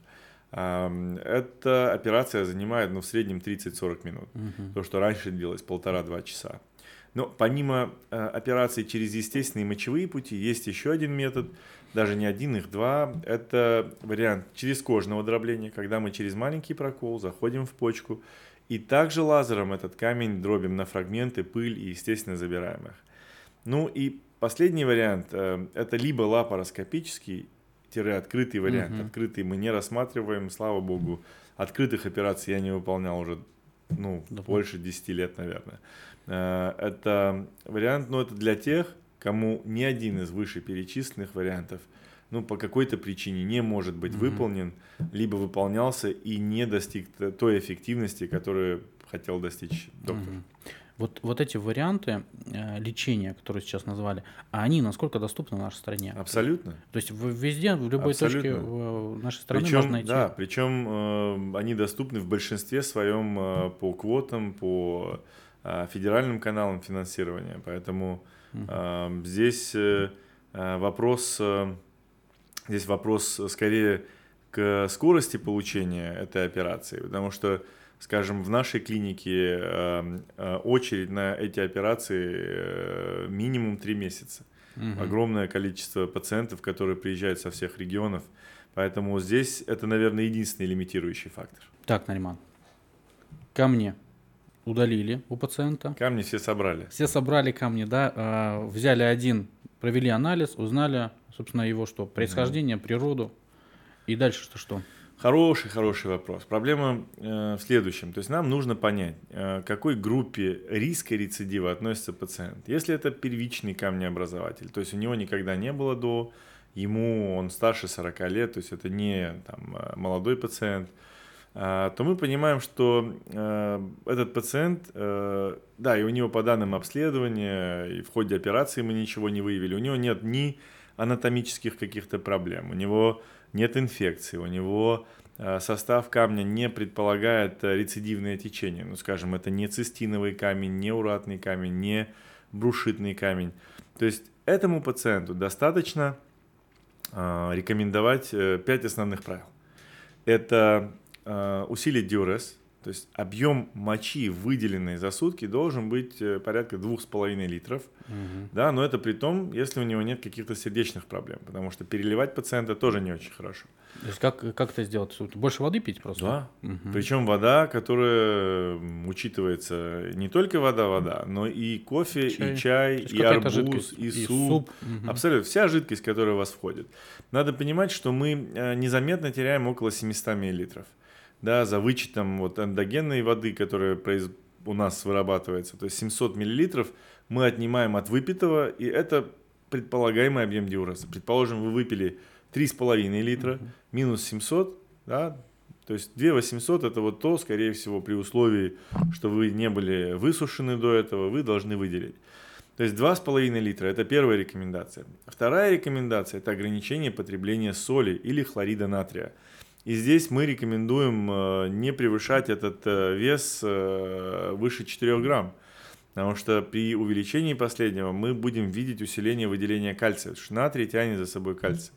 э, эта операция занимает ну, в среднем тридцать-сорок минут. Мгм. То, что раньше длилось полтора-два часа. Но помимо э, операций через естественные мочевые пути, есть еще один метод, даже не один, их два. Это вариант через кожного дробления, когда мы через маленький прокол заходим в почку и также лазером этот камень дробим на фрагменты, пыль и, естественно, забираем их. Ну и последний вариант, э, это либо лапароскопический, открытый вариант. Мгм. Открытый мы не рассматриваем, слава богу. Открытых операций я не выполнял уже ну, Давно. больше десяти лет, наверное. Э, Это вариант, но это для тех, кому ни один из вышеперечисленных вариантов ну, по какой-то причине не может быть Мгм. выполнен, либо выполнялся и не достиг т- той эффективности, которую хотел достичь доктор. Мгм. Вот, вот эти варианты э, лечения, которые сейчас назвали, а они насколько доступны в нашей стране? Абсолютно. То есть в- везде, в любой точке Абсолютно. в нашей страны Причем, можно найти. да, причем э, они доступны в большинстве своем э, по квотам, по э, федеральным каналам финансирования. Поэтому Мгм. э, здесь э, э, вопрос, э, здесь вопрос скорее к скорости получения этой операции, потому что, скажем, в нашей клинике э, э, очередь на эти операции э, минимум три месяца. Мгм. Огромное количество пациентов, которые приезжают со всех регионов. Поэтому здесь это, наверное, единственный лимитирующий фактор. Так, Нариман, камни удалили у пациента. Камни все собрали. Все собрали камни, да, а, взяли один, провели анализ, узнали, собственно, его что, происхождение, природу. И дальше что что? Хороший, хороший вопрос. Проблема э, в следующем. То есть нам нужно понять, э, к какой группе риска рецидива относится пациент. Если это первичный камнеобразователь, то есть у него никогда не было до, ему он старше сорока лет, то есть это не там, э, молодой пациент, э, то мы понимаем, что э, этот пациент, э, да, и у него по данным обследования, и в ходе операции мы ничего не выявили, у него нет ни анатомических каких-то проблем, у него нет инфекции, у него э, состав камня не предполагает э, рецидивное течение. Ну, скажем, это не цистиновый камень, не уратный камень, не брушитный камень. То есть этому пациенту достаточно э, рекомендовать э, пять основных правил. Это э, усилить диурез, то есть объем мочи, выделенной за сутки, должен быть э, порядка двух с половиной литров. Мгм. Да, но это при том, если у него нет каких-то сердечных проблем, потому что переливать пациента тоже не очень хорошо. То есть как, как это сделать? Больше воды пить просто? Да. Мгм. Причем вода, которая м, учитывается не только вода-вода, но и кофе, Чай. и чай, То есть и какая-то арбуз, жидкость, и, и суп. суп. Мгм. Абсолютно вся жидкость, которая у вас входит. Надо понимать, что мы э, незаметно теряем около семьсот миллилитров. Да, за вычетом вот эндогенной воды, которая произ... у нас вырабатывается, то есть семьсот миллилитров мы отнимаем от выпитого, и это предполагаемый объем диуреза. Предположим, вы выпили три с половиной литра, Мгм. минус семьсот, да, то есть две тысячи восемьсот это вот то, скорее всего, при условии, что вы не были высушены до этого, вы должны выделить. То есть два с половиной литра – это первая рекомендация. Вторая рекомендация – это ограничение потребления соли или хлорида натрия. И здесь мы рекомендуем э, не превышать этот э, вес э, выше четырёх грамм. Потому что при увеличении последнего мы будем видеть усиление выделения кальция, потому что натрий тянет за собой кальций.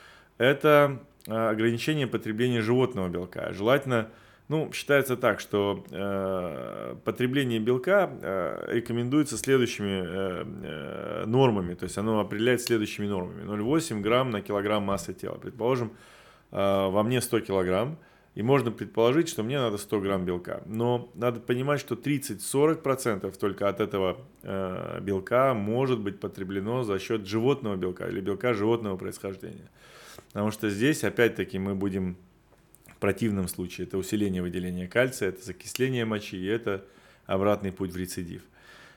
Это э, ограничение потребления животного белка. Желательно, ну, считается так, что э, потребление белка э, рекомендуется следующими э, э, нормами, то есть оно определяет следующими нормами. ноль целых восемь грамм на килограмм массы тела. Предположим, э, во мне сто килограмм, и можно предположить, что мне надо сто грамм белка. Но надо понимать, что тридцать-сорок процентов только от этого э, белка может быть потреблено за счет животного белка или белка животного происхождения. Потому что здесь, опять-таки, мы будем в противном случае, это усиление выделения кальция, это закисление мочи, и это обратный путь в рецидив.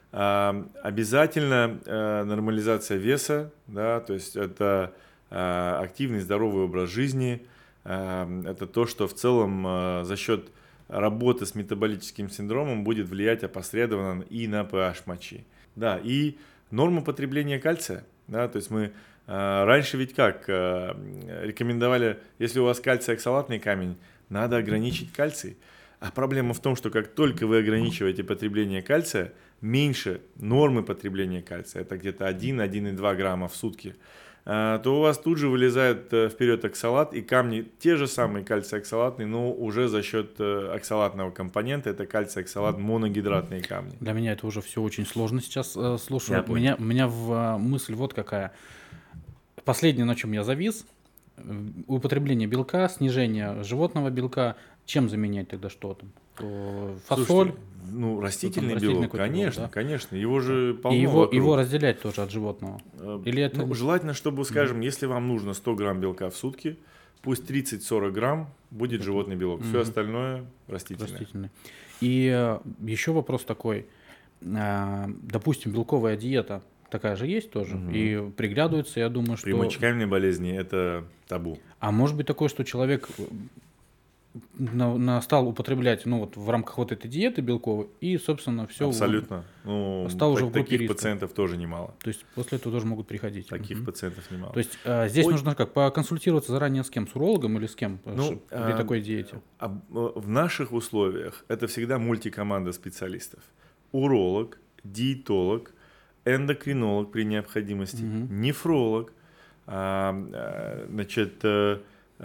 Обязательно нормализация веса, да, то есть это активный здоровый образ жизни, это то, что в целом за счет работы с метаболическим синдромом будет влиять опосредованно и на pH мочи. Да, и норма потребления кальция, да, то есть мы раньше ведь как рекомендовали, если у вас кальций-оксалатный камень, надо ограничить кальций. А проблема в том, что как только вы ограничиваете потребление кальция, меньше нормы потребления кальция, это где-то один-один и два грамма в сутки, то у вас тут же вылезает вперед оксалат, и камни те же самые кальций-оксалатные, но уже за счет оксалатного компонента, это кальций-оксалат моногидратные камни. Для меня это уже все очень сложно сейчас э, слушаю. У меня, у меня в мысль вот какая. Последнее, на чем я завис, употребление белка, снижение животного белка, чем заменять тогда что там? Фасоль? Слушайте, ну, растительный, там, белок, конечно, белок, да? конечно, его же полно. И его, его разделять тоже от животного? Или это... ну, желательно, чтобы, скажем, mm-hmm. если вам нужно сто грамм белка в сутки, пусть тридцать-сорок грамм будет животный белок, mm-hmm. все остальное растительное. растительное. И еще вопрос такой, допустим, белковая диета, такая же есть тоже, угу. и приглядываются, я думаю, что... При мочекаменной болезни это табу. А может быть такое, что человек на, на, стал употреблять, ну вот в рамках вот этой диеты белковой, и, собственно, все... Абсолютно. Ну, стал так, уже в группе таких риска. пациентов тоже немало. То есть после этого тоже могут приходить. Таких угу. пациентов немало. То есть а, здесь Ой. нужно как, поконсультироваться заранее с кем? С урологом или с кем ну, при а, такой диете? А, в наших условиях это всегда мультикоманда специалистов. Уролог, диетолог, эндокринолог при необходимости, угу. нефролог, а, значит, а,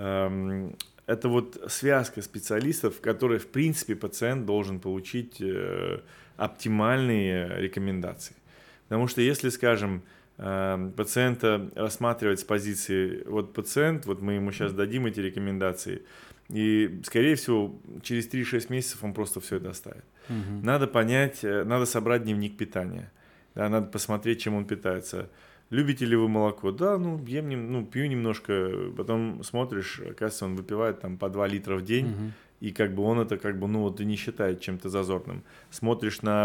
а, это вот связка специалистов, в которой, в принципе, пациент должен получить а, оптимальные рекомендации. Потому что если, скажем, а, пациента рассматривать с позиции, вот пациент, вот мы ему сейчас дадим эти рекомендации, и, скорее всего, через три-шесть месяцев он просто все это оставит. Угу. Надо понять, надо собрать дневник питания. Да, надо посмотреть, чем он питается. Любите ли вы молоко? Да, ну, ем, ну, пью немножко, потом смотришь, оказывается, он выпивает там по два литра в день, угу. и как бы он это как бы, ну, вот и не считает чем-то зазорным. Смотришь на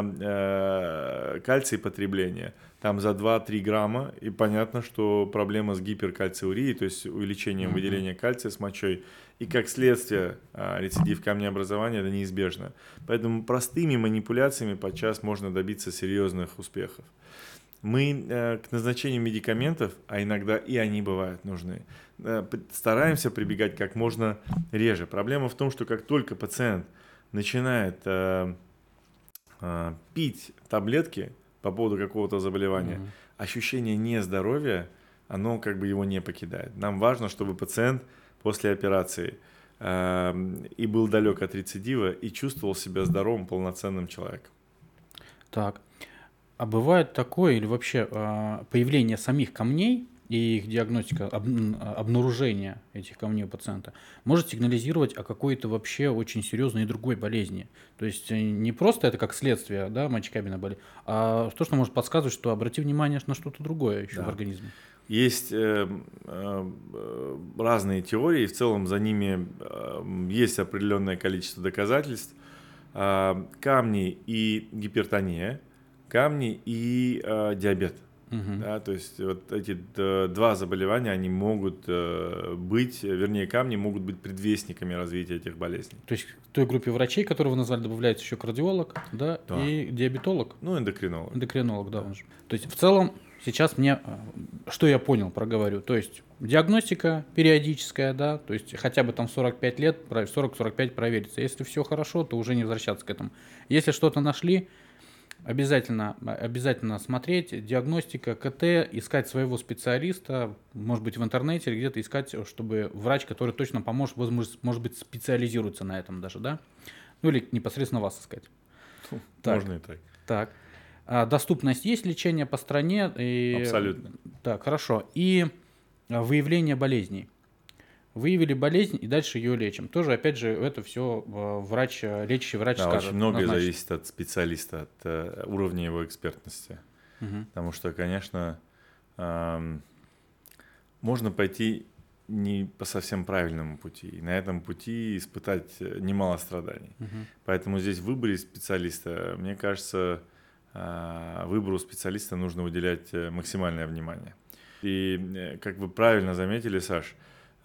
э, кальций потребление, там за два-три грамма, и понятно, что проблема с гиперкальциурией, то есть увеличением угу. выделения кальция с мочой, и как следствие э, рецидив камнеобразования, это неизбежно. Поэтому простыми манипуляциями подчас можно добиться серьезных успехов. Мы э, к назначению медикаментов, а иногда и они бывают нужны, э, стараемся прибегать как можно реже. Проблема в том, что как только пациент начинает э, э, пить таблетки по поводу какого-то заболевания, mm-hmm. ощущение нездоровья, оно как бы его не покидает. Нам важно, чтобы пациент после операции э, и был далек от рецидива, и чувствовал себя здоровым, полноценным человеком. Так. А бывает такое или вообще появление самих камней и их диагностика, обнаружение этих камней у пациента может сигнализировать о какой-то вообще очень серьезной и другой болезни? То есть не просто это как следствие, да, мочекаменной болезни, а то, что может подсказывать, что обрати внимание на что-то другое еще да. в организме. Есть э, э, разные теории, в целом за ними э, есть определенное количество доказательств. Э, камни и гипертония, камни и э, диабет. Uh-huh. Да, то есть вот эти д- два заболевания, они могут э, быть, вернее, камни могут быть предвестниками развития этих болезней. То есть в той группе врачей, которую вы назвали, добавляется еще кардиолог, да, да. и диабетолог? Ну, эндокринолог. Эндокринолог, да. да. Он же. То есть в целом сейчас мне, что я понял, проговорю, то есть диагностика периодическая, да, то есть хотя бы там сорок пять лет, сорок-сорок пять провериться. Если все хорошо, то уже не возвращаться к этому. Если что-то нашли, Обязательно, обязательно смотреть, диагностика, КТ, искать своего специалиста, может быть в интернете или где-то искать, чтобы врач, который точно поможет, может, может быть специализируется на этом даже, да? Ну или непосредственно вас искать. Фу, так, можно и так. Так. А, доступность есть, лечение по стране? И... Абсолютно. Так, хорошо. И выявление болезней. Выявили болезнь и дальше ее лечим. Тоже, опять же, это все врач, лечащий врач да, скажет. Очень многое зависит от специалиста, от э, уровня его экспертности. Угу. Потому что, конечно, э, можно пойти не по совсем правильному пути. И на этом пути испытать немало страданий. Угу. Поэтому здесь в выборе специалиста, мне кажется, выбору специалиста нужно уделять максимальное внимание. И, как вы правильно заметили, Саш,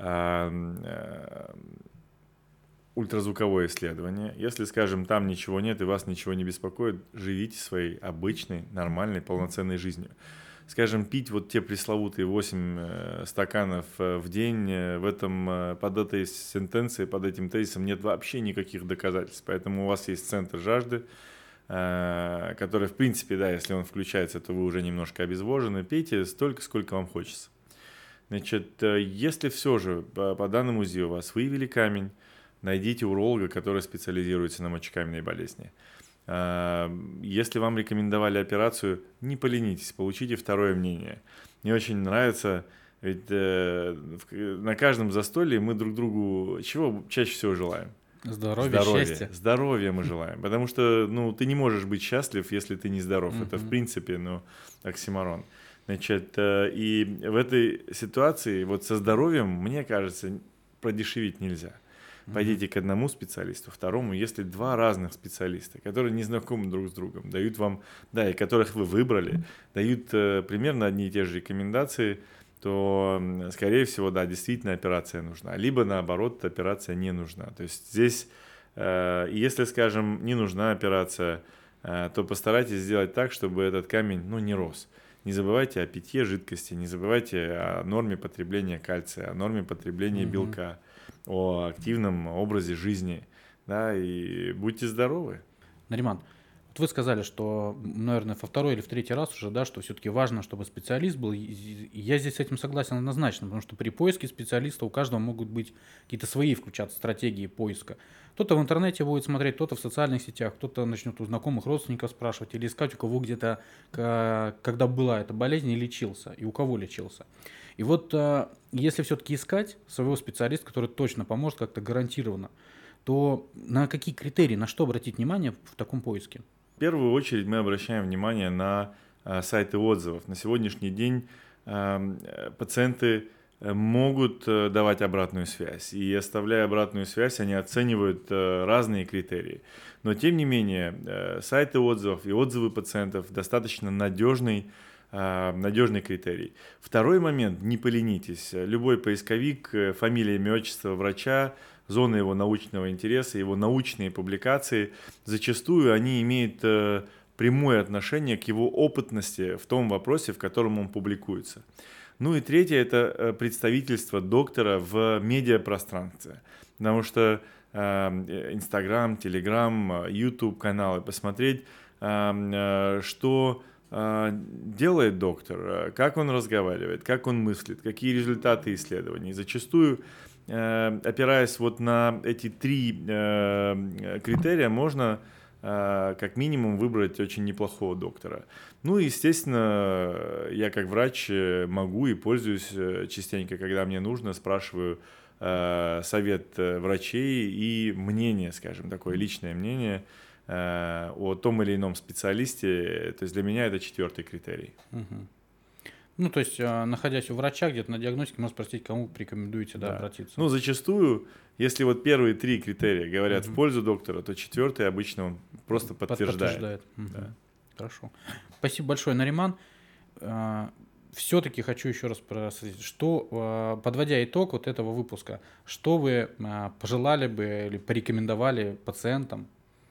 ультразвуковое исследование. Если, скажем, там ничего нет и вас ничего не беспокоит, живите своей обычной, нормальной, полноценной жизнью. Скажем, пить вот те пресловутые восемь стаканов в день, в этом, под этой сентенцией, под этим тезисом нет вообще никаких доказательств. Поэтому у вас есть центр жажды, который, в принципе, да, если он включается, то вы уже немножко обезвожены. Пейте столько, сколько вам хочется. Значит, если все же по, по данному ЗИ у вас выявили камень, найдите уролога, который специализируется на мочекаменной болезни. Если вам рекомендовали операцию, не поленитесь, получите второе мнение. Мне очень нравится, ведь на каждом застолье мы друг другу чего чаще всего желаем? Здоровья, Здоровья, счастья. Здоровья мы желаем, потому что ну, ты не можешь быть счастлив, если ты не здоров. Mm-hmm. Это, в принципе, ну, оксиморон. Значит, и в этой ситуации вот со здоровьем, мне кажется, продешевить нельзя. Пойдите к одному специалисту, второму, если два разных специалиста, которые не знакомы друг с другом, дают вам, да, и которых вы выбрали, дают э, примерно одни и те же рекомендации, то, скорее всего, да, действительно операция нужна. Либо, наоборот, операция не нужна. То есть здесь, э, если, скажем, не нужна операция, э, то постарайтесь сделать так, чтобы этот камень, ну, не рос. Не забывайте о питье жидкости, не забывайте о норме потребления кальция, о норме потребления mm-hmm. белка, о активном образе жизни, да, и будьте здоровы. Нариман, вот вы сказали, что, наверное, во второй или в третий раз уже, да, что все-таки важно, чтобы специалист был, и я здесь с этим согласен однозначно, потому что при поиске специалиста у каждого могут быть какие-то свои включаться стратегии поиска. Кто-то в интернете будет смотреть, кто-то в социальных сетях, кто-то начнет у знакомых родственников спрашивать или искать, у кого где-то, когда была эта болезнь, и лечился, и у кого лечился. И вот если все-таки искать своего специалиста, который точно поможет как-то гарантированно, то на какие критерии, на что обратить внимание в таком поиске? В первую очередь мы обращаем внимание на сайты отзывов. На сегодняшний день пациенты могут давать обратную связь. И оставляя обратную связь, они оценивают разные критерии. Но тем не менее, сайты отзывов и отзывы пациентов достаточно надежный надежный критерий. Второй момент, не поленитесь. Любой поисковик, фамилия, имя, отчество врача, зона его научного интереса, его научные публикации, зачастую они имеют прямое отношение к его опытности в том вопросе, в котором он публикуется. Ну и третье – это представительство доктора в медиапространстве. Потому что Инстаграм, Телеграм, Ютуб каналы, посмотреть, что делает доктор, как он разговаривает, как он мыслит, какие результаты исследований. Зачастую, опираясь вот на эти три критерия, можно как минимум выбрать очень неплохого доктора. Ну и, естественно, я как врач могу и пользуюсь частенько, когда мне нужно, спрашиваю совет врачей и мнение, скажем, такое личное мнение о том или ином специалисте. То есть для меня это четвертый критерий. Угу. Ну, то есть, находясь у врача где-то на диагностике, можно спросить, кому порекомендуете, да, да, обратиться. Ну, зачастую, если вот первые три критерия говорят угу. в пользу доктора, то четвертый обычно он просто подтверждает. Подтверждает. Угу. Да. Хорошо. Спасибо большое, Нариман. Все-таки хочу еще раз спросить, что, подводя итог вот этого выпуска, что вы пожелали бы или порекомендовали пациентам?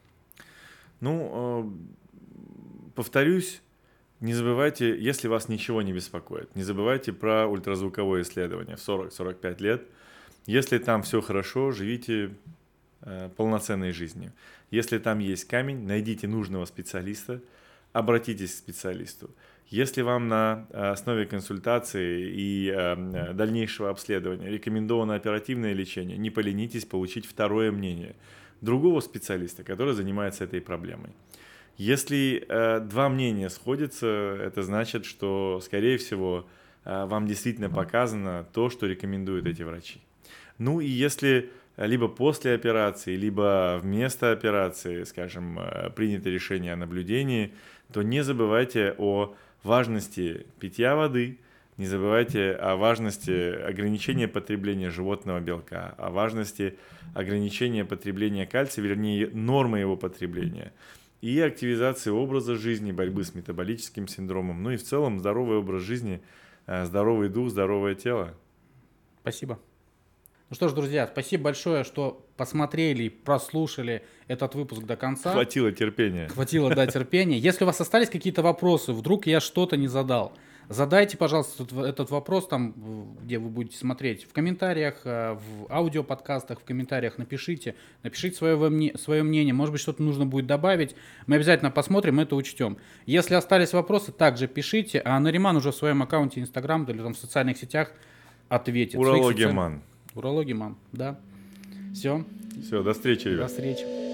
Ну, повторюсь, не забывайте, если вас ничего не беспокоит, не забывайте про ультразвуковое исследование в сорок-сорок пять лет. Если там все хорошо, живите э, полноценной жизнью. Если там есть камень, найдите нужного специалиста, обратитесь к специалисту. Если вам на основе консультации и э, дальнейшего обследования рекомендовано оперативное лечение, не поленитесь получить второе мнение другого специалиста, который занимается этой проблемой. Если э, два мнения сходятся, это значит, что, скорее всего, э, вам действительно показано то, что рекомендуют эти врачи. Ну и если либо после операции, либо вместо операции, скажем, э, принято решение о наблюдении, то не забывайте о важности питья воды, не забывайте о важности ограничения потребления животного белка, о важности ограничения потребления кальция, вернее, нормы его потребления. и активизации образа жизни, борьбы с метаболическим синдромом, ну и в целом здоровый образ жизни, здоровый дух, здоровое тело. Спасибо. Ну что ж, друзья, спасибо большое, что посмотрели и прослушали этот выпуск до конца. Хватило терпения. Хватило, да, терпения. Если у вас остались какие-то вопросы, вдруг я что-то не задал, задайте, пожалуйста, этот вопрос там, где вы будете смотреть, в комментариях, в аудиоподкастах, в комментариях напишите, напишите свое, свое мнение, может быть, что-то нужно будет добавить, мы обязательно посмотрим, это учтем. Если остались вопросы, также пишите, а Нариман уже в своем аккаунте Инстаграм или там в социальных сетях ответит. Урология Ман. Урология Ман, да. Все. Все, до встречи, ребят. До встречи.